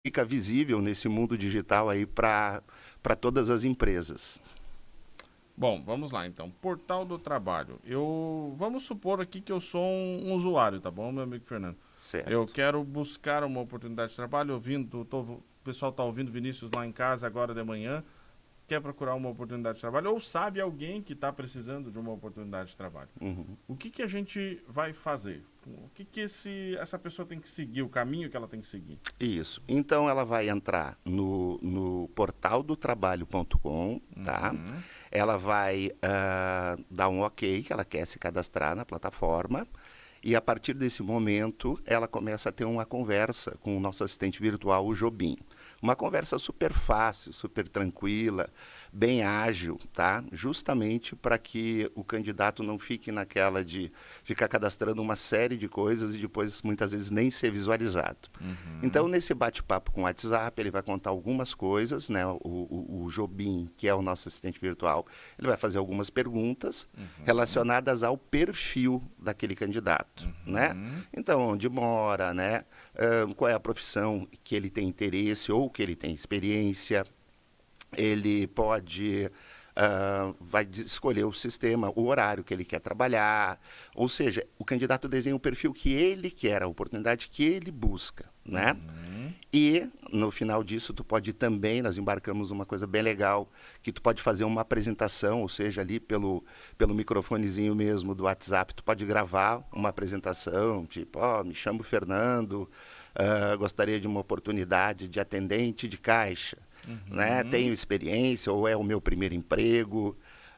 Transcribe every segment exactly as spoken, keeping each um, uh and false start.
fica visível nesse mundo digital aí para para todas as empresas. Bom, vamos lá então. Portal do trabalho. Eu vamos supor aqui que eu sou um, um usuário, tá bom, meu amigo Fernando? Eu Certo. quero buscar uma oportunidade de trabalho, ouvindo, tô, o pessoal está ouvindo Vinícius lá em casa agora de manhã, quer procurar uma oportunidade de trabalho ou sabe alguém que está precisando de uma oportunidade de trabalho. Uhum. O que, que a gente vai fazer? O que, que esse, essa pessoa tem que seguir, o caminho que ela tem que seguir? Isso. Então ela vai entrar no, no portal do trabalho ponto com, tá? Uhum, Ela vai ah, dar um ok, que ela quer se cadastrar na plataforma. E a partir desse momento, ela começa a ter uma conversa com o nosso assistente virtual, o Jobim. Uma conversa super fácil, super tranquila, bem ágil, tá? Justamente para que o candidato não fique naquela de ficar cadastrando uma série de coisas e depois muitas vezes nem ser visualizado. Então, uhum, nesse bate-papo com o WhatsApp, ele vai contar algumas coisas, né? O, o, o Jobim, que é o nosso assistente virtual, ele vai fazer algumas perguntas uhum, relacionadas ao perfil daquele candidato, né? uhum, Então, onde mora, né? Uh, qual é a profissão que ele tem interesse ou que ele tem experiência. Ele pode uh, vai escolher o sistema, o horário que ele quer trabalhar, ou seja, o candidato desenha o perfil que ele quer, a oportunidade que ele busca, né? uhum. E no final disso tu pode também, nós embarcamos uma coisa bem legal, que tu pode fazer uma apresentação, ou seja, ali pelo, pelo microfonezinho mesmo do WhatsApp, tu pode gravar uma apresentação, tipo, ó, oh, me chamo Fernando, uh, gostaria de uma oportunidade de atendente de caixa, né? Uhum. Tenho experiência ou é o meu primeiro emprego,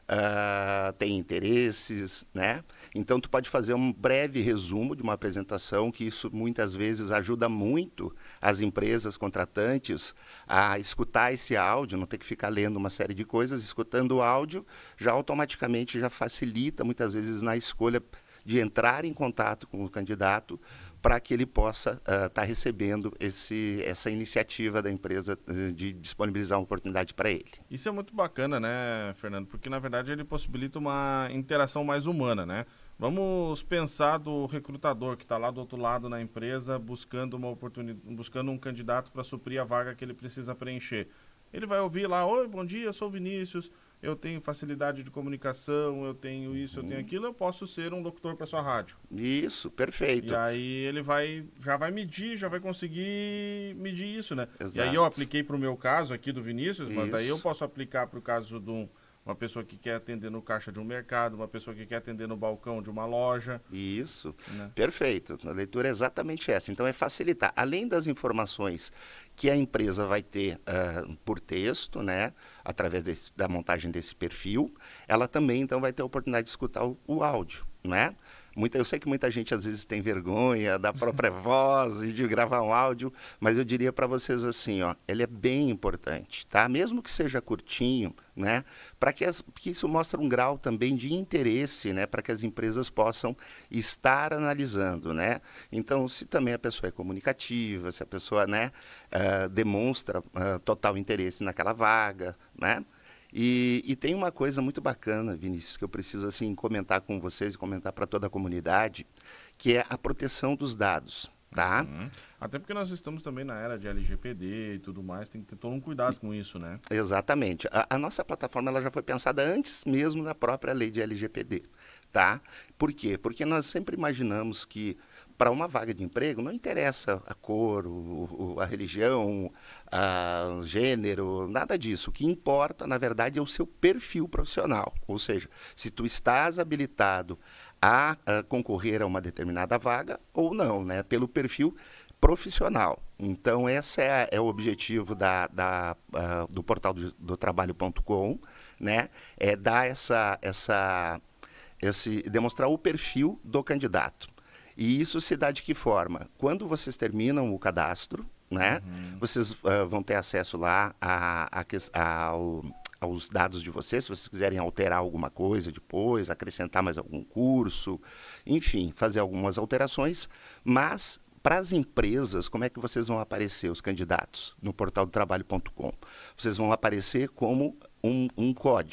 uh, tem interesses, né? Então tu pode fazer um breve resumo de uma apresentação, que isso muitas vezes ajuda muito as empresas contratantes a escutar esse áudio, não ter que ficar lendo uma série de coisas, escutando o áudio já automaticamente já facilita muitas vezes na escolha de entrar em contato com o candidato para que ele possa estar uh, tá recebendo esse, essa iniciativa da empresa uh, de disponibilizar uma oportunidade para ele. Isso é muito bacana, né, Fernando? Porque na verdade ele possibilita uma interação mais humana, né? Vamos pensar do recrutador que está lá do outro lado na empresa buscando uma oportunidade, buscando um candidato para suprir a vaga que ele precisa preencher. Ele vai ouvir lá: oi, bom dia, eu sou o Vinícius, eu tenho facilidade de comunicação, eu tenho isso, eu tenho Uhum. aquilo, eu posso ser um locutor para sua rádio. Isso, E perfeito. aí ele vai, já vai medir, já vai conseguir medir isso, né? E aí eu Exato. apliquei para o meu caso aqui do Vinícius, mas daí eu Isso. posso aplicar para o caso de um- uma pessoa que quer atender no caixa de um mercado, uma pessoa que quer atender no balcão de uma loja, Isso, né? perfeito. A leitura é exatamente essa. Então, é facilitar. Além das informações que a empresa vai ter uh, por texto, né, através de, da montagem desse perfil, ela também então vai ter a oportunidade de escutar o, o áudio, né? Muita, eu sei que muita gente às vezes tem vergonha da própria voz e de gravar um áudio, mas eu diria para vocês assim, ó, ele é bem importante, tá? Mesmo que seja curtinho, né? Para que, que isso mostre um grau também de interesse, né? Para que as empresas possam estar analisando, né? Então, se também a pessoa é comunicativa, se a pessoa, né, uh, demonstra uh, total interesse naquela vaga, né? E, e tem uma coisa muito bacana, Vinícius, que eu preciso assim comentar com vocês e comentar para toda a comunidade, que é a proteção dos dados, tá? Uhum. Até porque nós estamos também na era de L G P D e tudo mais, tem que ter todo um cuidado com isso, né? Exatamente. A, a nossa plataforma ela já foi pensada antes mesmo da própria lei de L G P D, tá? Por quê? Porque nós sempre imaginamos que para uma vaga de emprego não interessa a cor, o, o, a religião, a, o gênero, nada disso. O que importa, na verdade, é o seu perfil profissional. Ou seja, se tu estás habilitado a, a concorrer a uma determinada vaga ou não, né? Pelo perfil profissional. Então, esse é, é o objetivo da, da, uh, do portal do, do trabalho ponto com, né? É dar essa, essa, esse, demonstrar o perfil do candidato. E isso se dá de que forma? Quando vocês terminam o cadastro, né? Uhum. Vocês uh, vão ter acesso lá a, a, a, ao, aos dados de vocês, se vocês quiserem alterar alguma coisa depois, acrescentar mais algum curso, enfim, fazer algumas alterações, mas para as empresas, como é que vocês vão aparecer, os candidatos, no portal do trabalho ponto com? Vocês vão aparecer como um, um código,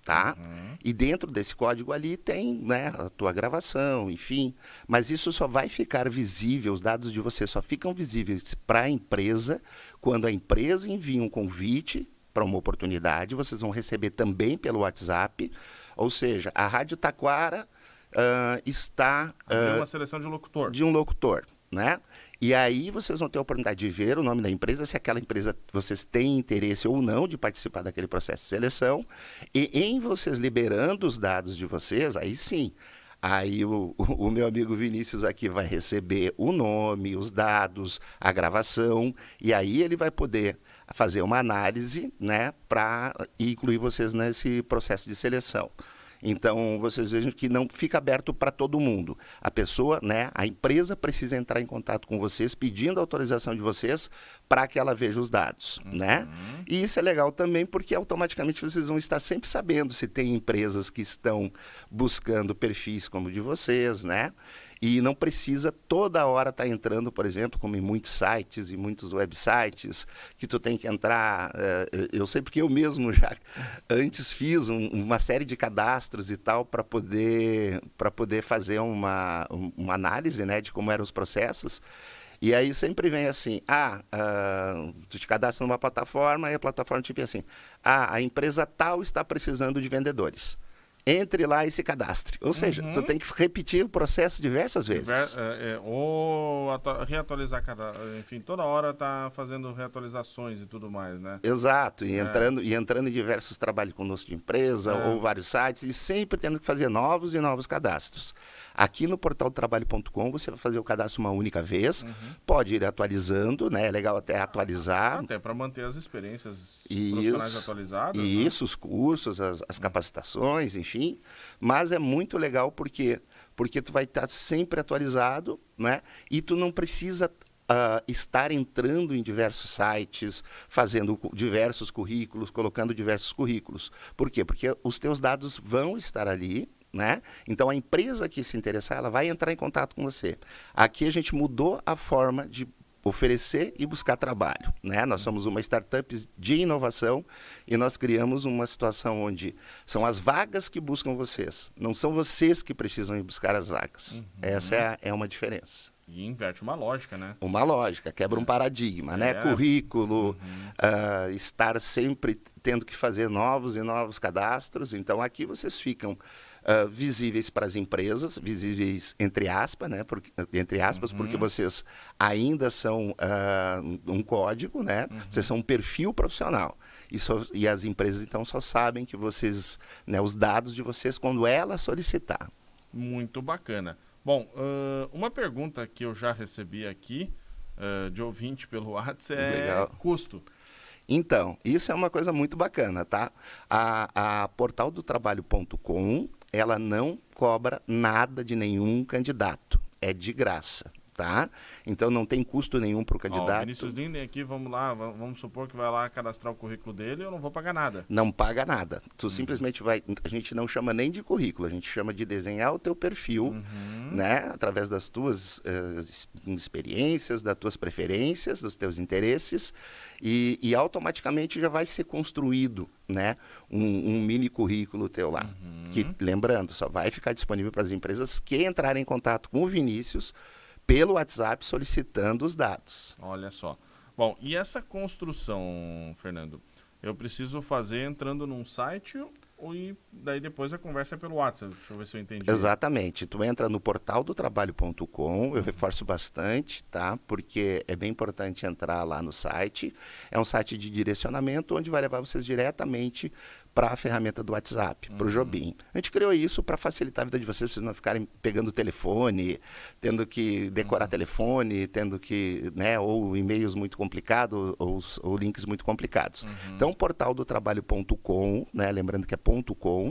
tá? Uhum. E dentro desse código ali tem, né, a tua gravação, enfim. Mas isso só vai ficar visível, os dados de você só ficam visíveis para a empresa quando a empresa envia um convite para uma oportunidade. Vocês vão receber também pelo WhatsApp. Ou seja, a Rádio Taquara uh, está... Abriu Uh, uma seleção de locutor. De um locutor, né? E aí vocês vão ter a oportunidade de ver o nome da empresa, se aquela empresa vocês têm interesse ou não de participar daquele processo de seleção. E em vocês liberando os dados de vocês, aí sim, aí o, o, o meu amigo Vinícius aqui vai receber o nome, os dados, a gravação, e aí ele vai poder fazer uma análise, né, para incluir vocês nesse processo de seleção. Então, vocês vejam que não fica aberto para todo mundo. A pessoa, né, a empresa precisa entrar em contato com vocês, pedindo a autorização de vocês para que ela veja os dados, uhum. né? E isso é legal também porque automaticamente vocês vão estar sempre sabendo se tem empresas que estão buscando perfis como o de vocês, né? E não precisa toda hora estar tá entrando, por exemplo, como em muitos sites e muitos websites, que tu tem que entrar... Uh, eu sei porque eu mesmo já antes fiz um, uma série de cadastros e tal para poder, para poder fazer uma, uma análise, né, de como eram os processos. E aí sempre vem assim, ah, uh, tu te cadastra numa plataforma e a plataforma te diz assim, ah, a empresa tal está precisando de vendedores. Entre lá e se cadastre. Ou seja, uhum. tu tem que repetir o processo diversas vezes. Diver, é, é, ou reatualizar cada... Enfim, toda hora tá fazendo reatualizações e tudo mais, né? Exato. E, é. entrando, e entrando em diversos trabalhos conosco de empresa é. ou vários sites e sempre tendo que fazer novos e novos cadastros. Aqui no portal do trabalho ponto com você vai fazer o cadastro uma única vez, uhum. pode ir atualizando, né? É legal até atualizar. Até para manter as experiências isso, profissionais atualizadas. Isso, né? Os cursos, as, as capacitações, enfim. Mas é muito legal porque, porque tu vai estar sempre atualizado, né? E tu não precisa uh, estar entrando em diversos sites, fazendo diversos currículos, colocando diversos currículos. Por quê? Porque os teus dados vão estar ali, né? Então, a empresa que se interessar, ela vai entrar em contato com você. Aqui a gente mudou a forma de oferecer e buscar trabalho, né? Nós somos uma startup de inovação e nós criamos uma situação onde são as vagas que buscam vocês, não são vocês que precisam ir buscar as vagas. Uhum. Essa é, a, é uma diferença. E inverte uma lógica, né? Uma lógica, quebra é. um paradigma, é. né? Currículo, uhum. uh, estar sempre tendo que fazer novos e novos cadastros. Então, aqui vocês ficam uh, visíveis para as empresas, visíveis entre aspas, né? Porque, entre aspas, uhum. porque vocês ainda são uh, um código, né? Uhum. Vocês são um perfil profissional. E, só, e as empresas, então, só sabem que vocês, né, os dados de vocês quando ela solicitar. Muito bacana. Bom, uh, uma pergunta que eu já recebi aqui uh, de ouvinte pelo WhatsApp é Legal. custo. Então, isso é uma coisa muito bacana, tá? A, a portal do trabalho ponto com, ela não cobra nada de nenhum candidato, é de graça. Tá? Então não tem custo nenhum para o candidato. Ó, o Vinícius Linden aqui, vamos lá, vamos supor que vai lá cadastrar o currículo dele, eu não vou pagar nada. Não paga nada. Tu uhum. simplesmente vai, a gente não chama nem de currículo, a gente chama de desenhar o teu perfil, uhum. né? Através das tuas uh, experiências, das tuas preferências, dos teus interesses, e, e automaticamente já vai ser construído, né? um, um mini currículo teu lá. Uhum. Que, lembrando, só vai ficar disponível para as empresas que entrarem em contato com o Vinícius pelo WhatsApp solicitando os dados. Olha só. Bom, e essa construção, Fernando, eu preciso fazer entrando num site e daí depois a conversa é pelo WhatsApp? Deixa eu ver se eu entendi. Exatamente. Tu entra no portal do trabalho ponto com, eu reforço bastante, tá? Porque é bem importante entrar lá no site. É um site de direcionamento onde vai levar vocês diretamente para a ferramenta do WhatsApp, para o uhum. Jobim. A gente criou isso para facilitar a vida de vocês, vocês não ficarem pegando telefone, tendo que decorar uhum. telefone, tendo que, né, ou e-mails muito complicados, ou, ou links muito complicados. Uhum. Então, portal do trabalho ponto com, né, lembrando que é ponto .com, uhum.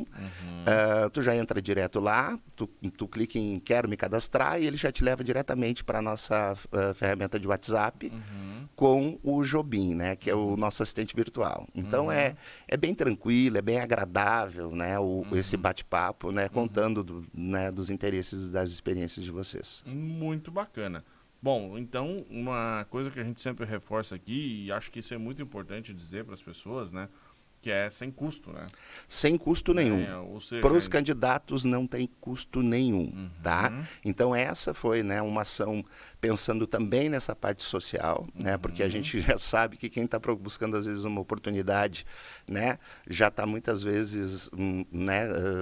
uh, tu já entra direto lá, tu, tu clica em quero me cadastrar e ele já te leva diretamente para a nossa uh, ferramenta de WhatsApp uhum. com o Jobim, né, que é o nosso assistente virtual. Então, uhum. é, é bem tranquilo, é bem agradável, né, o, uhum. esse bate-papo, né, contando do, né, dos interesses e das experiências de vocês. Muito bacana. Bom, então, uma coisa que a gente sempre reforça aqui, e acho que isso é muito importante dizer para as pessoas, né, Que é sem custo, né? Sem custo nenhum. É, ou seja, Para os gente... candidatos não tem custo nenhum, uhum. tá? Então essa foi, né, uma ação pensando também nessa parte social, uhum. né? Porque a gente já sabe que quem está buscando às vezes uma oportunidade, né, já está muitas vezes, né,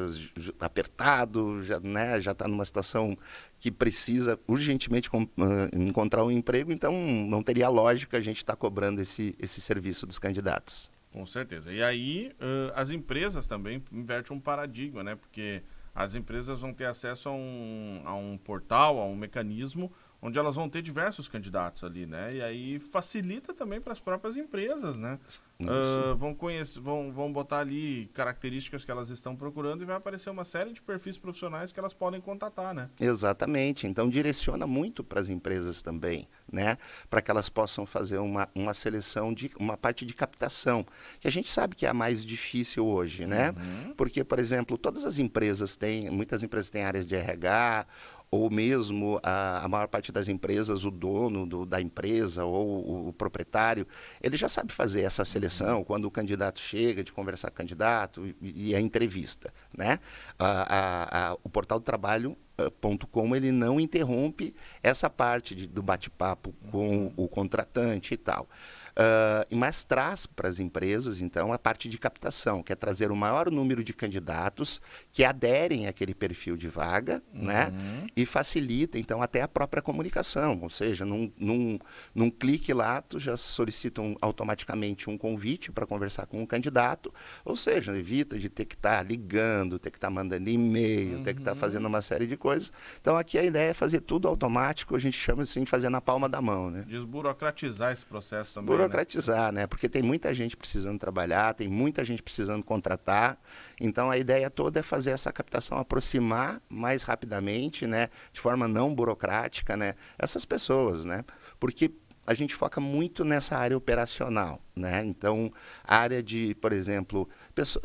apertado, já, né, já está numa situação que precisa urgentemente com, uh, encontrar um emprego, então não teria lógica a gente estar tá cobrando esse, esse serviço dos candidatos. Com certeza. E aí uh, as empresas também invertem um paradigma, né? Porque as empresas vão ter acesso a um, a um portal, a um mecanismo onde elas vão ter diversos candidatos ali, né? E aí facilita também para as próprias empresas, né? Uh, vão, conhecer, vão, vão botar ali características que elas estão procurando e vai aparecer uma série de perfis profissionais que elas podem contatar, né? Exatamente. Então direciona muito para as empresas também, né? Para que elas possam fazer uma, uma seleção, de uma parte de captação, que a gente sabe que é a mais difícil hoje, né? Uhum. Porque, por exemplo, todas as empresas têm, muitas empresas têm áreas de R H, ou mesmo a, a maior parte das empresas, o dono do, da empresa ou o, o proprietário, ele já sabe fazer essa seleção, uhum. quando o candidato chega, de conversar com o candidato e, e a entrevista, né? A, a, a, o portal do trabalho ponto com ele não interrompe essa parte de, do bate-papo com o contratante e tal. Uh, mas traz para as empresas, então, a parte de captação, que é trazer o maior número de candidatos que aderem àquele perfil de vaga, uhum. né? E facilita, então, até a própria comunicação. Ou seja, num, num, num clique lá, tu já solicitam automaticamente um convite para conversar com o candidato. Ou seja, evita de ter que estar tá ligando, ter que estar tá mandando e-mail, uhum. ter que estar tá fazendo uma série de coisas. Então, aqui a ideia é fazer tudo automático, a gente chama assim, fazer na palma da mão, né? Desburocratizar esse processo também. Burocratizar, né? Porque tem muita gente precisando trabalhar, tem muita gente precisando contratar. Então, a ideia toda é fazer essa captação aproximar mais rapidamente, né? De forma não burocrática, né? Essas pessoas, né? Porque a gente foca muito nessa área operacional, né? Então, a área de, por exemplo, pessoa,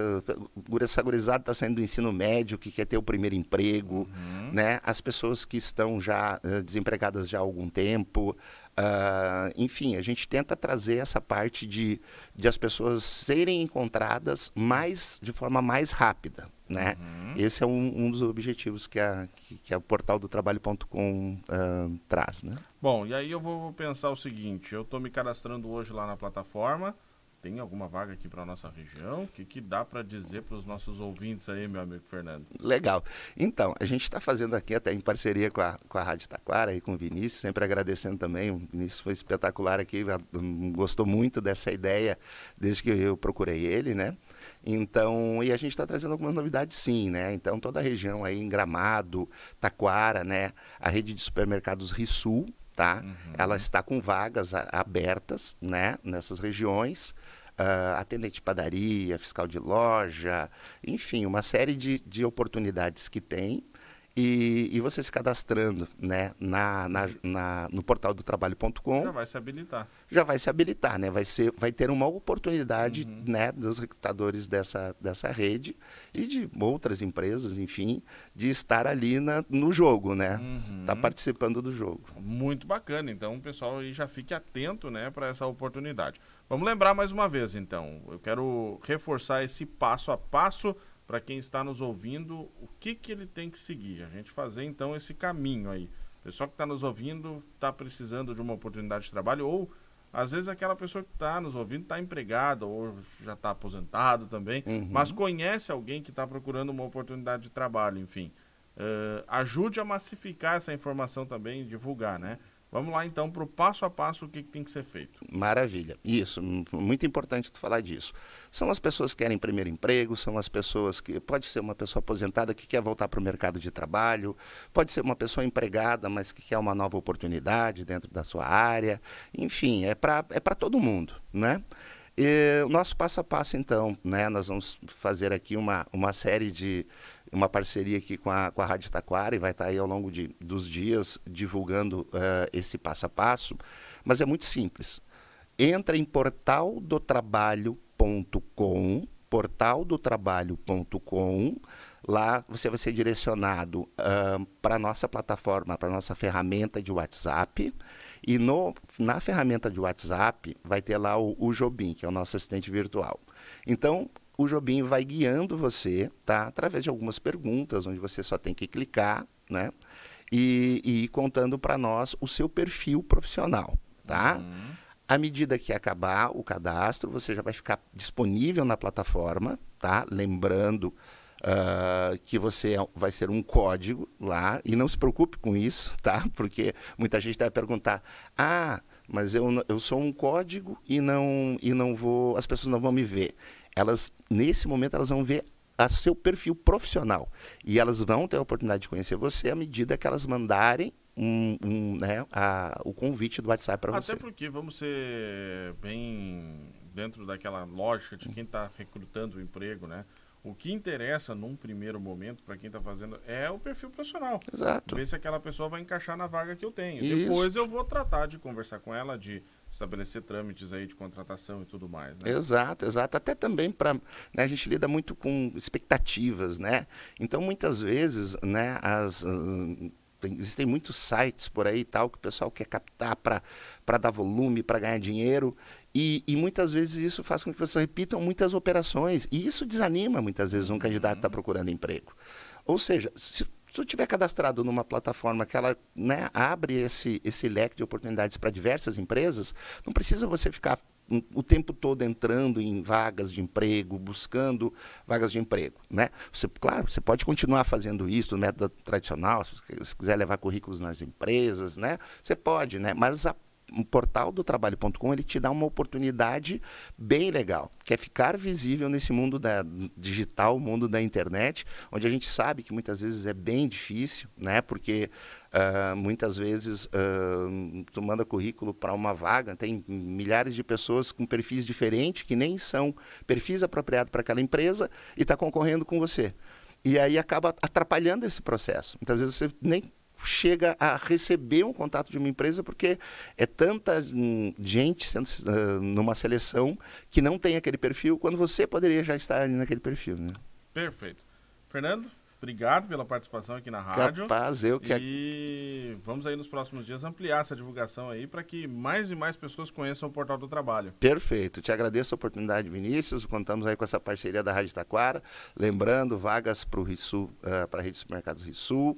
uh, essa gurizada está saindo do ensino médio, que quer ter o primeiro emprego, uhum. né? As pessoas que estão já uh, desempregadas já há algum tempo. Uh, enfim, a gente tenta trazer essa parte de, de as pessoas serem encontradas mais, de forma mais rápida, né? Uhum. Esse é um, um dos objetivos que, a, que, que a o portal do trabalho ponto com uh, traz, né? Bom, e aí eu vou pensar o seguinte, eu estou me cadastrando hoje lá na plataforma, tem alguma vaga aqui para a nossa região? O que, que dá para dizer para os nossos ouvintes aí, meu amigo Fernando? Legal. Então, a gente está fazendo aqui até em parceria com a, com a Rádio Taquara e com o Vinícius, sempre agradecendo também, o Vinícius foi espetacular aqui, gostou muito dessa ideia desde que eu procurei ele, né? Então, e a gente está trazendo algumas novidades sim, né? Então, toda a região aí em Gramado, Taquara, né? A rede de supermercados Risul, tá? Uhum. Ela está com vagas a, abertas, né? Nessas regiões. Uh, atendente de padaria, fiscal de loja, enfim, uma série de, de oportunidades que tem. E, e você se cadastrando, né, na, na, na, no portal do trabalho ponto com. Já vai se habilitar. Já vai se habilitar, né? Vai, ser, vai ter uma oportunidade, uhum. né, dos recrutadores dessa, dessa rede e de outras empresas, enfim, de estar ali na, no jogo, né? Uhum. Tá participando do jogo. Muito bacana. Então, o pessoal aí já fique atento, né, para essa oportunidade. Vamos lembrar mais uma vez, então. Eu quero reforçar esse passo a passo para quem está nos ouvindo, o que, que ele tem que seguir. A gente fazer, então, esse caminho aí. O pessoal que está nos ouvindo está precisando de uma oportunidade de trabalho, ou, às vezes, aquela pessoa que está nos ouvindo está empregada, ou já está aposentado também, uhum. mas conhece alguém que está procurando uma oportunidade de trabalho, enfim. Uh, ajude a massificar essa informação também e divulgar, né? Vamos lá, então, para o passo a passo, o que, que tem que ser feito. Maravilha. Isso, muito importante tu falar disso. São as pessoas que querem primeiro emprego, são as pessoas que... Pode ser uma pessoa aposentada que quer voltar para o mercado de trabalho, pode ser uma pessoa empregada, mas que quer uma nova oportunidade dentro da sua área. Enfim, é para é para todo mundo, né? E o nosso passo a passo, então, né? Nós vamos fazer aqui uma, uma série de... uma parceria aqui com a, com a Rádio Taquara e vai estar aí ao longo de, dos dias divulgando uh, esse passo a passo, mas é muito simples. Entra em portal do trabalho ponto com, portal do trabalho ponto com, lá você vai ser direcionado uh, para a nossa plataforma, para a nossa ferramenta de WhatsApp, E no, na ferramenta de WhatsApp vai ter lá o, o Jobim, que é o nosso assistente virtual. Então, o Jobim vai guiando você, tá? Através de algumas perguntas, onde você só tem que clicar, né? E, e ir contando para nós o seu perfil profissional, tá? Uhum. À medida que acabar o cadastro, você já vai ficar disponível na plataforma, tá? Lembrando uh, que você vai ser um código lá, e não se preocupe com isso, tá? Porque muita gente deve perguntar, ah, mas eu, eu sou um código e não, e não vou, as pessoas não vão me ver. Elas, nesse momento, elas vão ver a seu perfil profissional. E elas vão ter a oportunidade de conhecer você à medida que elas mandarem um, um, né, a, o convite do WhatsApp para você. Até porque, vamos ser bem dentro daquela lógica de quem está recrutando o emprego, né? O que interessa num primeiro momento para quem está fazendo é o perfil profissional. Exato. Ver se aquela pessoa vai encaixar na vaga que eu tenho. Isso. Depois eu vou tratar de conversar com ela, de estabelecer trâmites aí de contratação e tudo mais, né? Exato, exato. Até também para, né, a gente lida muito com expectativas, né? Então, muitas vezes, né, as, uh, tem, existem muitos sites por aí e tal que o pessoal quer captar para para dar volume, para ganhar dinheiro. E, e muitas vezes isso faz com que vocês repitam muitas operações. E isso desanima muitas vezes um candidato que está procurando emprego. Ou seja, se Se tu tiver cadastrado numa plataforma que ela, né, abre esse, esse leque de oportunidades para diversas empresas, não precisa você ficar o tempo todo entrando em vagas de emprego, buscando vagas de emprego, né? Você, claro, você pode continuar fazendo isso no método tradicional, se você quiser levar currículos nas empresas, né? Você pode, né? Mas a o portal do trabalho ponto com, ele te dá uma oportunidade bem legal, que é ficar visível nesse mundo da, digital, mundo da internet, onde a gente sabe que muitas vezes é bem difícil, né? Porque uh, muitas vezes uh, tu manda currículo para uma vaga, tem milhares de pessoas com perfis diferentes, que nem são perfis apropriados para aquela empresa e está concorrendo com você. E aí acaba atrapalhando esse processo. Muitas vezes você nem chega a receber um contato de uma empresa porque é tanta hum, gente sendo, uh, numa seleção que não tem aquele perfil, quando você poderia já estar ali naquele perfil, né? Perfeito. Fernando, obrigado pela participação aqui na rádio. Capaz, eu que... E vamos aí nos próximos dias ampliar essa divulgação aí para que mais e mais pessoas conheçam o Portal do Trabalho. Perfeito. Te agradeço a oportunidade, Vinícius. Contamos aí com essa parceria da Rádio Taquara. Lembrando, vagas para o RISU, uh, para a Rede de Supermercados RISU.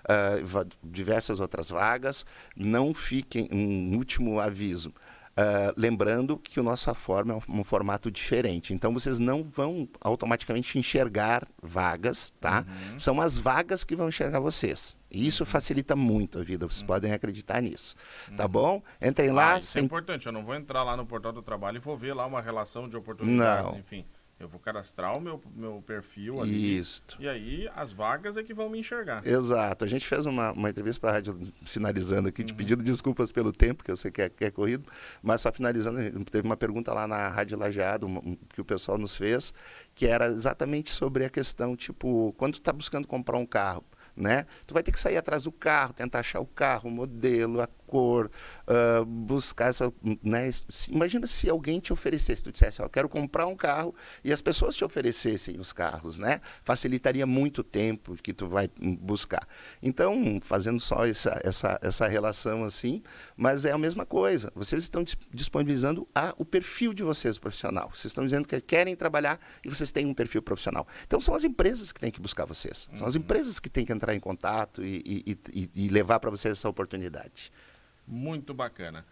Uh, diversas outras vagas. Não fiquem, um último aviso, uh, lembrando que o nosso forma é um, um formato diferente, então vocês não vão automaticamente enxergar vagas, tá? Uhum. São as vagas que vão enxergar vocês. E isso facilita muito a vida, vocês uhum. podem acreditar nisso. Uhum. Tá bom? Entrem ah, lá. Isso sem... é importante, eu não vou entrar lá no Portal do Trabalho e vou ver lá uma relação de oportunidades, não. enfim. Eu vou cadastrar o meu, meu perfil ali. Isso. E aí as vagas é que vão me enxergar. Exato. A gente fez uma, uma entrevista para a rádio, finalizando aqui, uhum. te pedindo desculpas pelo tempo, que eu sei que é, que é corrido, mas só finalizando, teve uma pergunta lá na Rádio Lajeado, um, que o pessoal nos fez, que era exatamente sobre a questão, tipo, quando tu está buscando comprar um carro, né? Tu vai ter que sair atrás do carro, tentar achar o carro, o modelo, a cor, uh, buscar essa, né? Imagina se alguém te oferecesse, tu dissesse, ó, eu quero comprar um carro, e as pessoas te oferecessem os carros, né? Facilitaria muito o tempo que tu vai buscar. Então, fazendo só essa, essa, essa relação assim, mas é a mesma coisa. Vocês estão disponibilizando a, o perfil de vocês, profissional. Vocês estão dizendo que querem trabalhar e vocês têm um perfil profissional. Então, são as empresas que têm que buscar vocês. São as empresas que têm que entrar em contato e, e, e, e levar para vocês essa oportunidade. Muito bacana.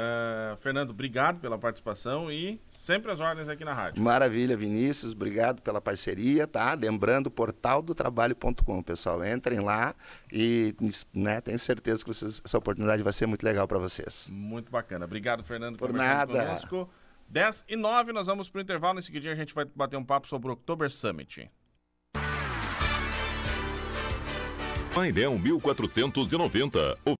Uh, Fernando, obrigado pela participação e sempre as ordens aqui na rádio. Maravilha, Vinícius, obrigado pela parceria, tá? Lembrando, portal do trabalho ponto com, pessoal, entrem lá e, né, tenho certeza que vocês, essa oportunidade vai ser muito legal para vocês. Muito bacana. Obrigado, Fernando, por nada. Conosco. dez e nove, nós vamos para o intervalo. Em seguida, a gente vai bater um papo sobre o Oktober Summit. Painel mil quatrocentos e noventa.